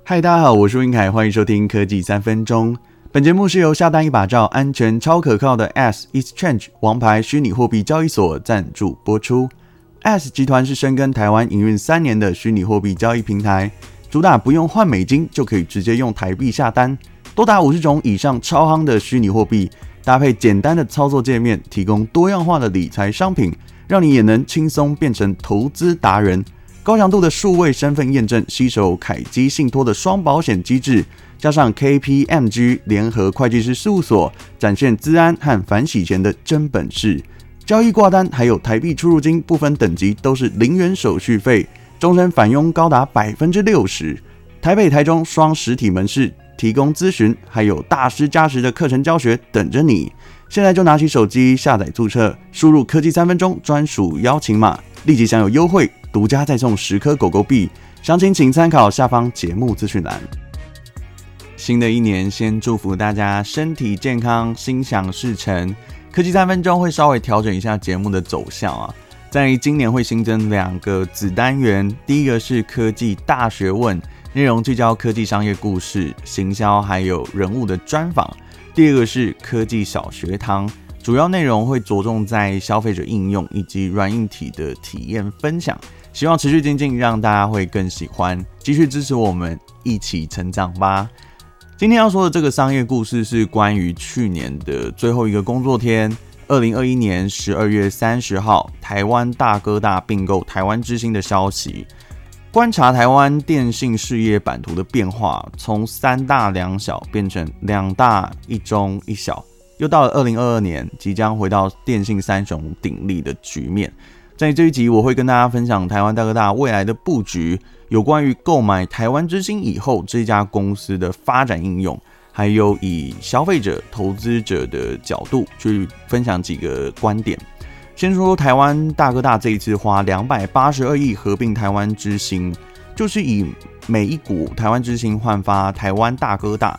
嗨，大家好，我是云凯，欢迎收听科技3分钟。本节目是由下单一把照、安全超可靠的 AS Exchange 王牌虚拟货币交易所赞助播出。AS 集团是深耕台湾营运3年的虚拟货币交易平台，主打不用换美金就可以直接用台币下单，多达50种以上超夯的虚拟货币，搭配简单的操作界面，提供多样化的理财商品，让你也能轻松变成投资达人。高强度的数位身份验证，携手凯基信托的双保险机制，加上 KPMG 联合会计师事务所，展现资安和反洗钱的真本事。交易挂单还有台币出入金不分等级都是0元手续费，终身返佣高达 60%。台北、台中双实体门市提供咨询，还有大师加时的课程教学等着你。现在就拿起手机下载注册，输入科技3分钟专属邀请码，立即享有优惠，独家再送10颗狗狗币。详情请参考下方节目资讯栏。新的一年，先祝福大家身体健康，心想事成。科技3分钟会稍微调整一下节目的走向啊，在今年会新增2个子单元，第一个是科技大学问，内容聚焦科技商业故事、行销还有人物的专访。第二个是科技小学堂，主要内容会着重在消费者应用以及软硬体的体验分享，希望持续精进，让大家会更喜欢，继续支持我们一起成长吧。今天要说的这个商业故事是关于去年的最后一个工作天，2021年12月30号，台湾大哥大并购台湾之星的消息。观察台湾电信事业版图的变化，从3大2小变成2大1中1小，又到了2022年，即将回到电信3雄鼎立的局面。在这一集，我会跟大家分享台湾大哥大未来的布局，有关于购买台湾之星以后这家公司的发展应用，还有以消费者、投资者的角度去分享几个观点。先说台湾大哥大这一次花282亿合并台湾之星，就是以每一股台湾之星换发台湾大哥大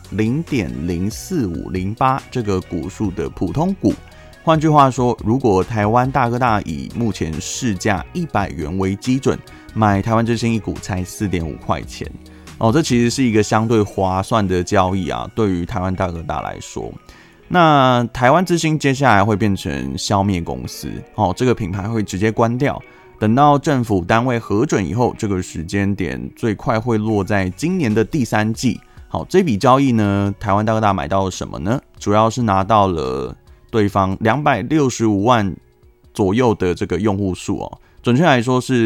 0.04508 这个股数的普通股。换句话说，如果台湾大哥大以目前市价100元为基准，买台湾之星一股才 4.5 块钱。这其实是一个相对划算的交易啊，对于台湾大哥大来说。那台湾之星接下来会变成消灭公司，这个品牌会直接关掉。等到政府单位核准以后，这个时间点最快会落在今年的第3季。好，这笔交易呢，台湾大哥大买到了什么呢？主要是拿到了对方265万左右的这个用户数准确来说是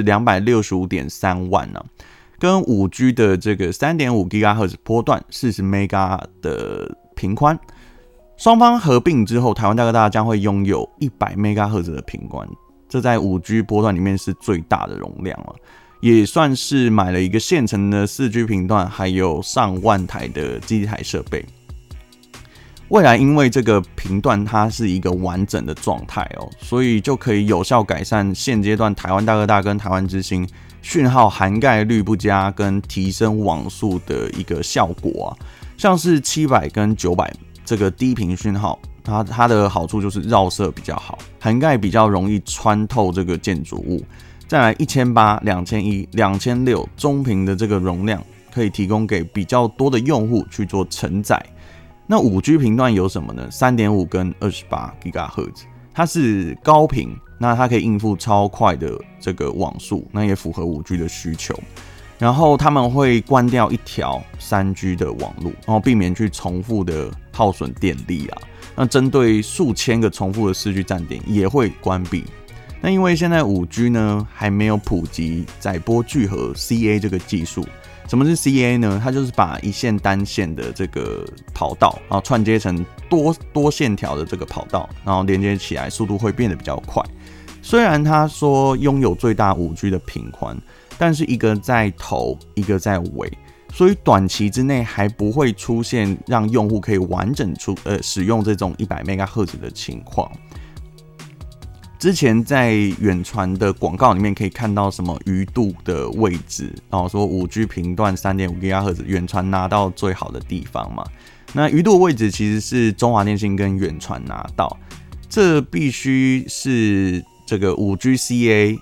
265.3 万跟 5G 的这个 3.5 GHz 波段 40 MB 的频宽。双方合并之后，台湾大哥大将会拥有100 MHz 的频宽，这在 5G 波段里面是最大的容量了，也算是买了一个现成的 4G 频段，还有上万台的基地台设备。未来因为这个频段它是一个完整的状态所以就可以有效改善现阶段台湾大哥大跟台湾之星讯号涵盖率不佳跟提升网速的一个效果像是700跟900这个低频讯号，它的好处就是绕射比较好，涵盖比较容易穿透这个建筑物。再来1800、2100、2600中频的这个容量，可以提供给比较多的用户去做承载。那 5G 频段有什么呢？ 3.5 跟28 GHz， 它是高频，那它可以应付超快的这个网速，那也符合 5G 的需求。然后他们会关掉一条 3G 的网路，然后避免去重复的耗损电力那针对数千个重复的4G 站点也会关闭。那因为现在 5G 呢还没有普及载波聚合 CA 这个技术。什么是 CA 呢？它就是把一线单线的这个跑道，然后串接成多线条的这个跑道，然后连接起来速度会变得比较快。虽然他说拥有最大 5G 的频宽，但是一个在头，一个在尾，所以短期之内还不会出现让用户可以完整使用这种100 MHz 的情况。之前在远传的广告里面可以看到什么鱼肚的位置，然后说 5G 频段 3.5 GHz 远传拿到最好的地方嘛。那鱼肚的位置其实是中华电信跟远传拿到，这必须是这个 5G CA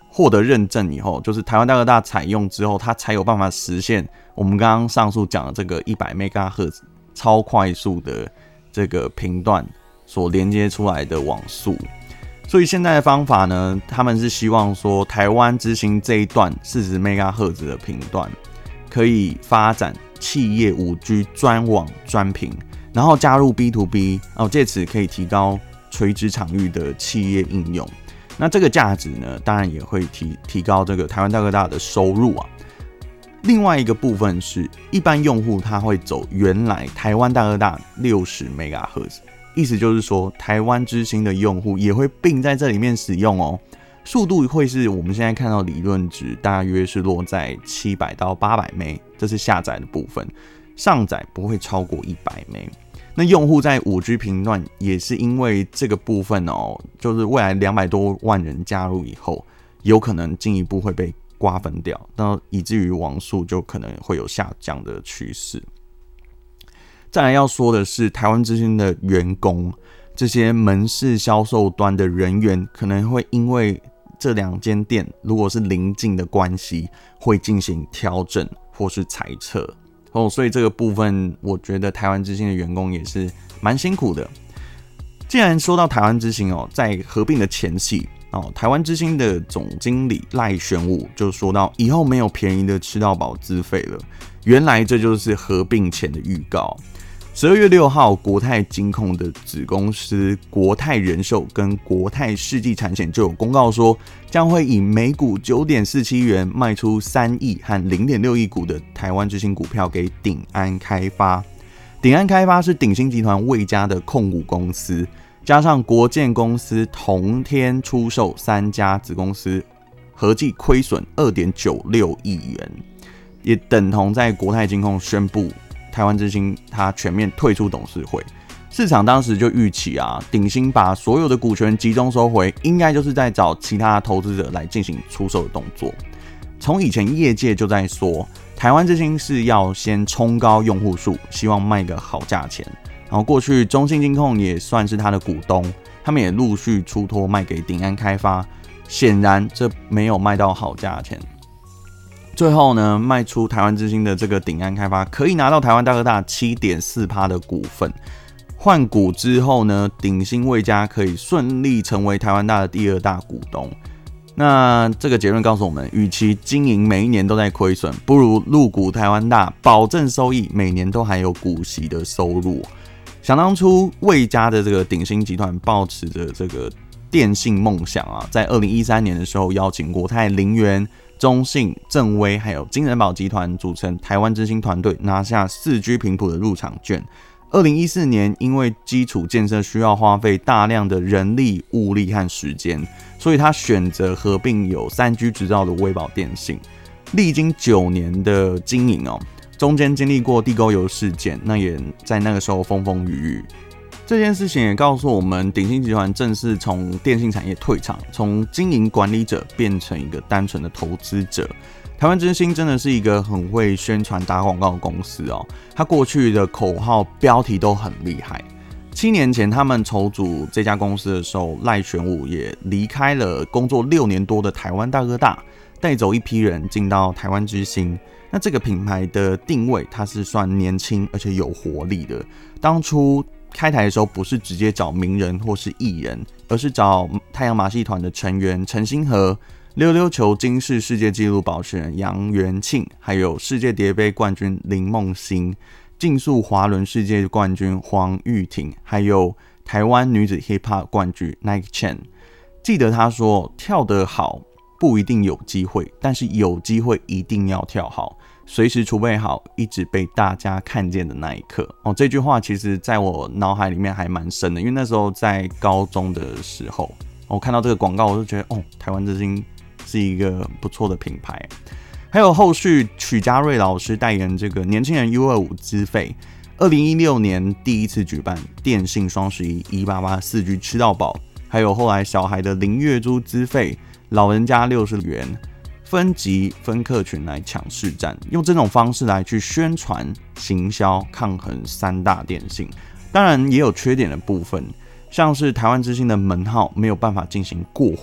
获得认证以后，就是台湾大哥大采用之后，它才有办法实现我们刚刚上述讲的这个100 MHz 超快速的这个频段所连接出来的网速。所以现在的方法呢，他们是希望说台湾之星这一段40 MHz 的频段可以发展企业 5G 专网专频，然后加入 B2B， 借此可以提高垂直场域的企业应用。那这个价值呢，当然也会提高这个台湾大哥大的收入啊。另外一个部分是，一般用户他会走原来台湾大哥大60 MHz。意思就是说，台湾之星的用户也会并在这里面使用哦，速度会是我们现在看到理论值大约是落在700到800 M， 这是下载的部分，上载不会超过100 M。那用户在 5G 频段也是因为这个部分哦，就是未来200多万人加入以后，有可能进一步会被瓜分掉，那以至于网速就可能会有下降的趋势。再来要说的是，台湾之星的员工，这些门市销售端的人员，可能会因为这2间店如果是邻近的关系，会进行调整或是裁撤所以这个部分，我觉得台湾之星的员工也是蛮辛苦的。既然说到台湾之星在合并的前夕台湾之星的总经理赖玄武就说到，以后没有便宜的吃到饱资费了。原来这就是合并前的预告。12月6号，国泰金控的子公司国泰人寿跟国泰世纪产险就有公告说，将会以每股 9.47 元卖出3亿和 0.6 亿股的台湾之星股票给鼎安开发。鼎安开发是鼎新集团魏家的控股公司，加上国建公司同天出售3家子公司，合计亏损 2.96 亿元，也等同在国泰金控宣布台湾之星它全面退出董事会。市场当时就预期鼎新把所有的股权集中收回，应该就是在找其他投资者来进行出售的动作。从以前业界就在说，台湾之星是要先冲高用户数，希望卖个好价钱。然后过去中信金控也算是他的股东，他们也陆续出托卖给鼎安开发，显然这没有卖到好价钱。最后呢，卖出台湾之星的这个鼎安开发可以拿到台湾大哥大 7.4% 的股份。换股之后呢，鼎新魏家可以顺利成为台湾大的第2大股东。那这个结论告诉我们，与其经营每一年都在亏损，不如入股台湾大，保证收益，每年都还有股息的收入。想当初魏家的这个鼎新集团抱持着这个电信梦想在2013年的时候邀请国泰、林元、中信、正威还有金人保集团组成台湾之星团队，拿下 4G 频谱的入场券。2014年因为基础建设需要花费大量的人力、物力和时间，所以他选择合并有 3G 执照的威宝电信。历经9年的经营中间经历过地沟油事件，那也在那个时候风风雨雨。这件事情也告诉我们，鼎新集团正式从电信产业退场，从经营管理者变成一个单纯的投资者。台湾之星真的是一个很会宣传打广告的公司他过去的口号标题都很厉害。7年前他们筹组这家公司的时候，赖玄武也离开了工作6年多的台湾大哥大，带走一批人进到台湾之星。那这个品牌的定位，它是算年轻而且有活力的。当初开台的时候，不是直接找名人或是艺人，而是找太阳马戏团的成员陈星河、溜溜球金氏世界纪录保持人杨元庆，还有世界蝶杯冠军林梦欣、竞速滑轮世界冠军黄玉婷，还有台湾女子 hip hop 冠军 Nike Chen。记得他说，跳得好不一定有机会，但是有机会一定要跳好，随时储备好一直被大家看见的那一刻这句话其实在我脑海里面还蛮深的，因为那时候在高中的时候我看到这个广告，我就觉得台湾之星是一个不错的品牌。还有后续曲家瑞老师代言这个年轻人 U25 资费，2016年第一次举办电信双11 188 4G 吃到饱，还有后来小孩的零月租资费，老人家60元，分级分客群来抢市占，用这种方式来去宣传行销，抗衡3大电信。当然也有缺点的部分，像是台湾之星的门号没有办法进行过户，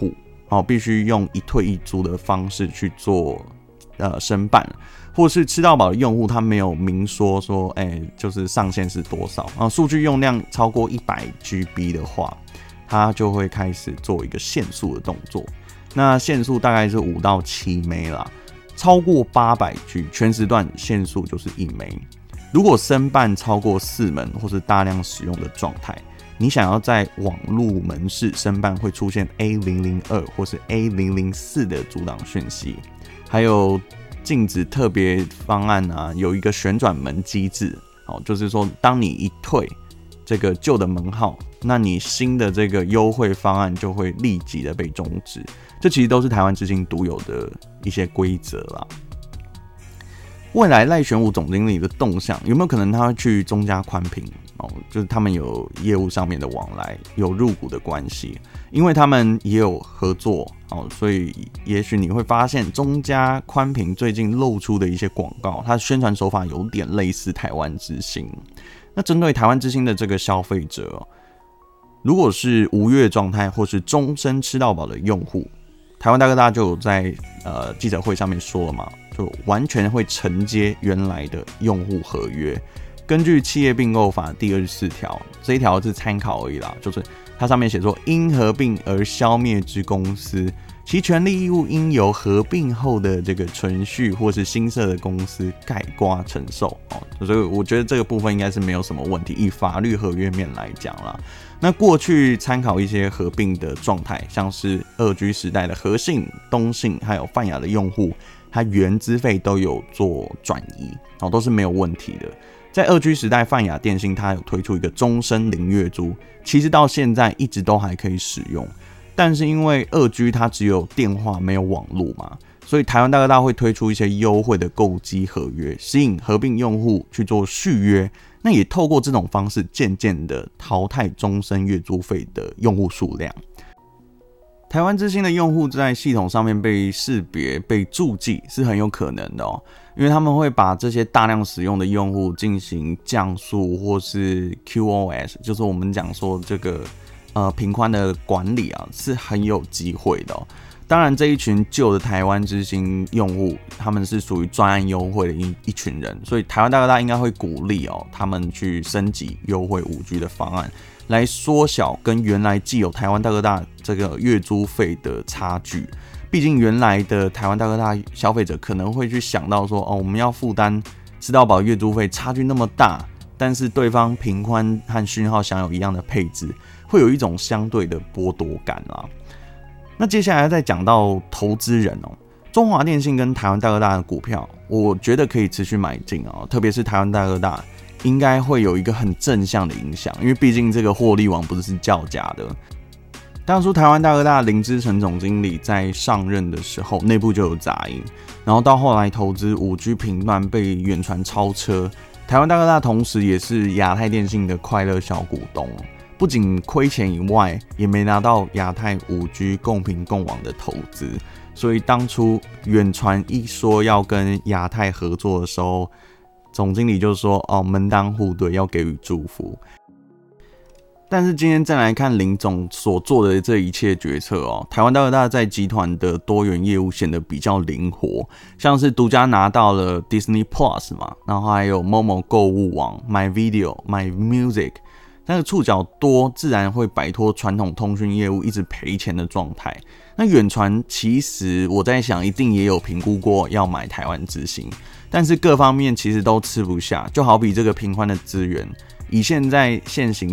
必须用一退一租的方式去做申办，或是吃到饱的用户他没有明说就是上限是多少数据用量超过100GB 的话，他就会开始做一个限速的动作。那限速大概是5到7 M 啦，超过800G 全时段限速就是1 M。如果申办超过4门或是大量使用的状态，你想要在网路门市申办，会出现 A002 或是 A004 的阻挡讯息，还有禁止特别方案有一个旋转门机制，就是说当你一退这个旧的门号，那你新的这个优惠方案就会立即的被终止。这其实都是台湾之星独有的一些规则啦。未来赖玄武总经理的动向有没有可能他会去中嘉宽频？就是他们有业务上面的往来，有入股的关系，因为他们也有合作，所以也许你会发现中嘉宽频最近露出的一些广告，它的宣传手法有点类似台湾之星。那针对台湾之星的这个消费者，如果是无月状态或是终身吃到饱的用户，台湾大哥大就有在记者会上面说了嘛，就完全会承接原来的用户合约。根据企业并购法第24条，这一条是参考而已啦，就是它上面写说，因合并而消灭之公司，其权利义务应由合并后的这个存续或是新设的公司概括承受。所以我觉得这个部分应该是没有什么问题，以法律合约面来讲啦。那过去参考一些合并的状态，像是2G 时代的和信、东信还有泛亚的用户，它原资费都有做转移，都是没有问题的。在2G 时代，泛亚电信它有推出一个终身零月租，其实到现在一直都还可以使用。但是因为2G 它只有电话没有网络嘛，所以台湾大哥大会推出一些优惠的购机合约，吸引合并用户去做续约。那也透过这种方式，渐渐的淘汰终身月租费的用户数量。台湾之星的用户在系统上面被识别、被注记是很有可能的因为他们会把这些大量使用的用户进行降速或是 QoS， 就是我们讲说这个频宽的管理是很有机会的当然，这一群旧的台湾之星用户，他们是属于专案优惠的一群人，所以台湾大哥大应该会鼓励他们去升级优惠 5G 的方案，来缩小跟原来既有台湾大哥大这个月租费的差距。毕竟原来的台湾大哥大消费者可能会去想到说，我们要负担吃到饱月租费差距那么大，但是对方频宽和讯号享有一样的配置，会有一种相对的剥夺感啦。那接下来再讲到投资人中华电信跟台湾大哥大的股票，我觉得可以持续买进特别是台湾大哥大应该会有一个很正向的影响，因为毕竟这个获利王不是叫价的。当初台湾大哥大林之诚总经理在上任的时候，内部就有杂音，然后到后来投资 5G 频段被远传超车，台湾大哥大同时也是亚太电信的快乐小股东，不仅亏钱以外，也没拿到亚太 5G 共频共网的投资，所以当初远传一说要跟亚太合作的时候，总经理就说门当户对，要给予祝福。但是今天再来看林总所做的这一切决策台湾大哥大在集团的多元业务显得比较灵活，像是独家拿到了 Disney Plus 嘛，然后还有 Momo 购物网、My Video、My Music， 那个触角多，自然会摆脱传统通讯业务一直赔钱的状态。那远传其实我在想，一定也有评估过要买台湾之星，但是各方面其实都吃不下，就好比这个频宽的资源。以现在现行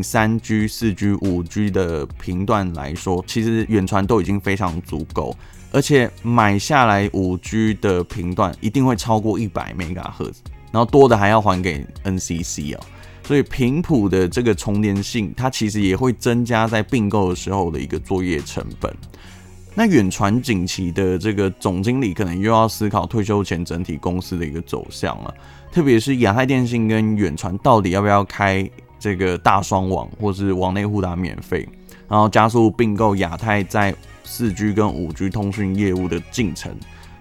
3G、4G、5G 的频段来说，其实远传都已经非常足够，而且买下来 5G 的频段一定会超过100 MHz， 然后多的还要还给 NCC 所以频谱的这个重连性，它其实也会增加在并购的时候的一个作业成本。那远传景期的这个总经理可能又要思考退休前整体公司的一个走向了，特别是亚太电信跟远传到底要不要开这个大双网，或是网内互打免费，然后加速并购亚太在 4G 跟 5G 通讯业务的进程。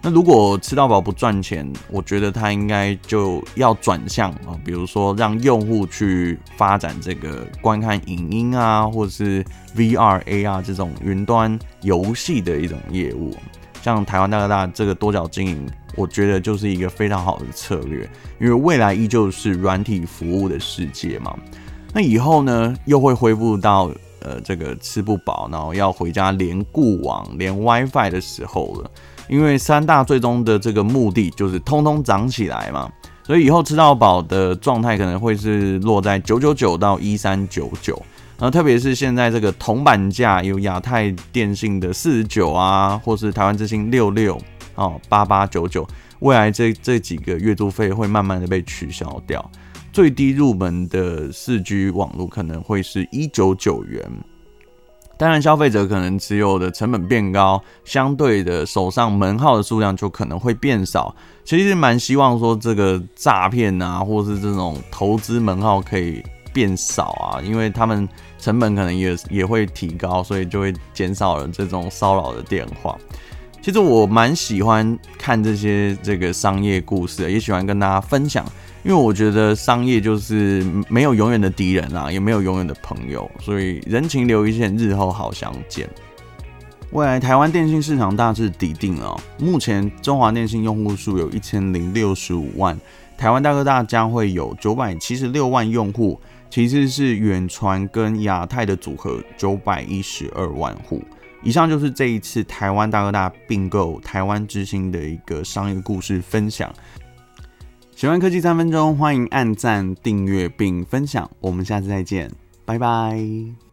那如果吃到饱不赚钱，我觉得它应该就要转向比如说让用户去发展这个观看影音啊，或是 VR、AR 这种云端游戏的一种业务。像台湾大哥大这个多角经营，我觉得就是一个非常好的策略，因为未来依旧是软体服务的世界嘛。那以后呢，又会恢复到这个吃不饱，然后要回家连固网、连 WiFi 的时候了。因为三大最终的这个目的就是通通涨起来嘛，所以以后吃到饱的状态可能会是落在999到1399，然后特别是现在这个铜板价有亚太电信的49啊，或是台湾之星668899，未来这几个月租费会慢慢的被取消掉，最低入门的4G 网络可能会是199元。当然，消费者可能持有的成本变高，相对的手上门号的数量就可能会变少。其实蛮希望说这个诈骗啊，或是这种投资门号可以变少啊，因为他们成本可能也会提高，所以就会减少了这种骚扰的电话。其实我蛮喜欢看这个商业故事的，也喜欢跟大家分享。因为我觉得商业就是没有永远的敌人啊，也没有永远的朋友，所以人情留一线，日后好相见。未来台湾电信市场大致底定了目前中华电信用户数有1065万，台湾大哥大将会有976万用户，其次是远传跟亚太的组合912万户。以上就是这一次台湾大哥大并购台湾之星的一个商业故事分享。喜欢科技3分钟，欢迎按赞、订阅并分享。我们下次再见，拜拜。